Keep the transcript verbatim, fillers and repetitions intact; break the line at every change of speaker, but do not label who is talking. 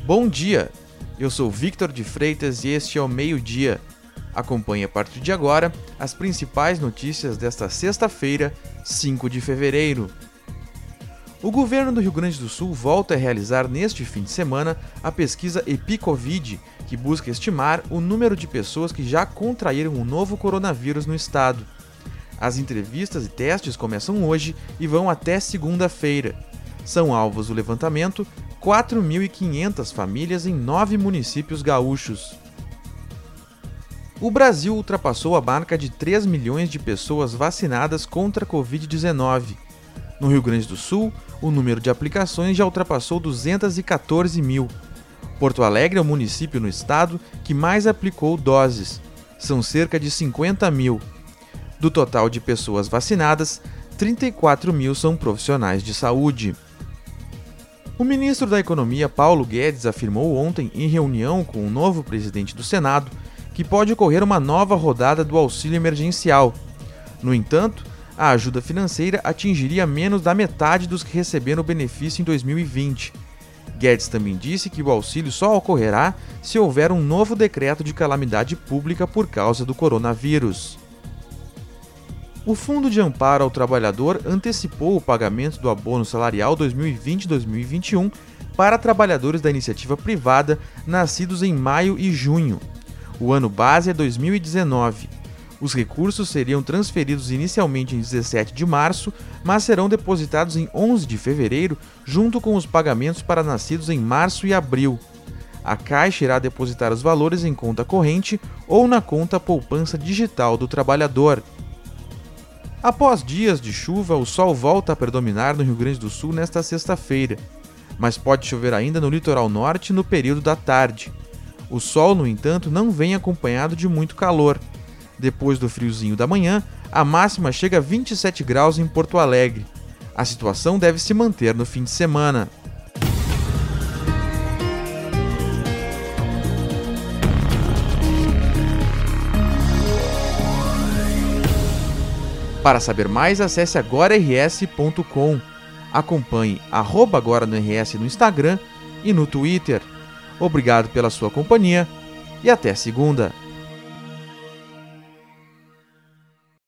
Bom dia, eu sou Victor de Freitas e este é o Meio-Dia. Acompanhe a partir de agora as principais notícias desta sexta-feira, cinco de fevereiro. O governo do Rio Grande do Sul volta a realizar neste fim de semana a pesquisa EpiCovid, que busca estimar o número de pessoas que já contraíram o novo coronavírus no estado. As entrevistas e testes começam hoje e vão até segunda-feira. São alvos do levantamento quatro mil e quinhentas famílias em nove municípios gaúchos. O Brasil ultrapassou a marca de três milhões de pessoas vacinadas contra a covid dezenove. No Rio Grande do Sul, o número de aplicações já ultrapassou duzentos e quatorze mil. Porto Alegre é o município no estado que mais aplicou doses. São cerca de cinquenta mil. Do total de pessoas vacinadas, trinta e quatro mil são profissionais de saúde. O ministro da Economia, Paulo Guedes, afirmou ontem, em reunião com o novo presidente do Senado, que pode ocorrer uma nova rodada do auxílio emergencial. No entanto, a ajuda financeira atingiria menos da metade dos que receberam o benefício em dois mil e vinte. Guedes também disse que o auxílio só ocorrerá se houver um novo decreto de calamidade pública por causa do coronavírus. O Fundo de Amparo ao Trabalhador antecipou o pagamento do abono salarial dois mil e vinte a dois mil e vinte e um para trabalhadores da iniciativa privada nascidos em maio e junho. O ano base é dois mil e dezenove. Os recursos seriam transferidos inicialmente em dezessete de março, mas serão depositados em onze de fevereiro, junto com os pagamentos para nascidos em março e abril. A Caixa irá depositar os valores em conta corrente ou na conta poupança digital do trabalhador. Após dias de chuva, o sol volta a predominar no Rio Grande do Sul nesta sexta-feira, mas pode chover ainda no litoral norte no período da tarde. O sol, no entanto, não vem acompanhado de muito calor. Depois do friozinho da manhã, a máxima chega a vinte e sete graus em Porto Alegre. A situação deve se manter no fim de semana. Para saber mais, acesse agora r s ponto com. Acompanhe arroba agora no R S no Instagram e no Twitter. Obrigado pela sua companhia e até segunda.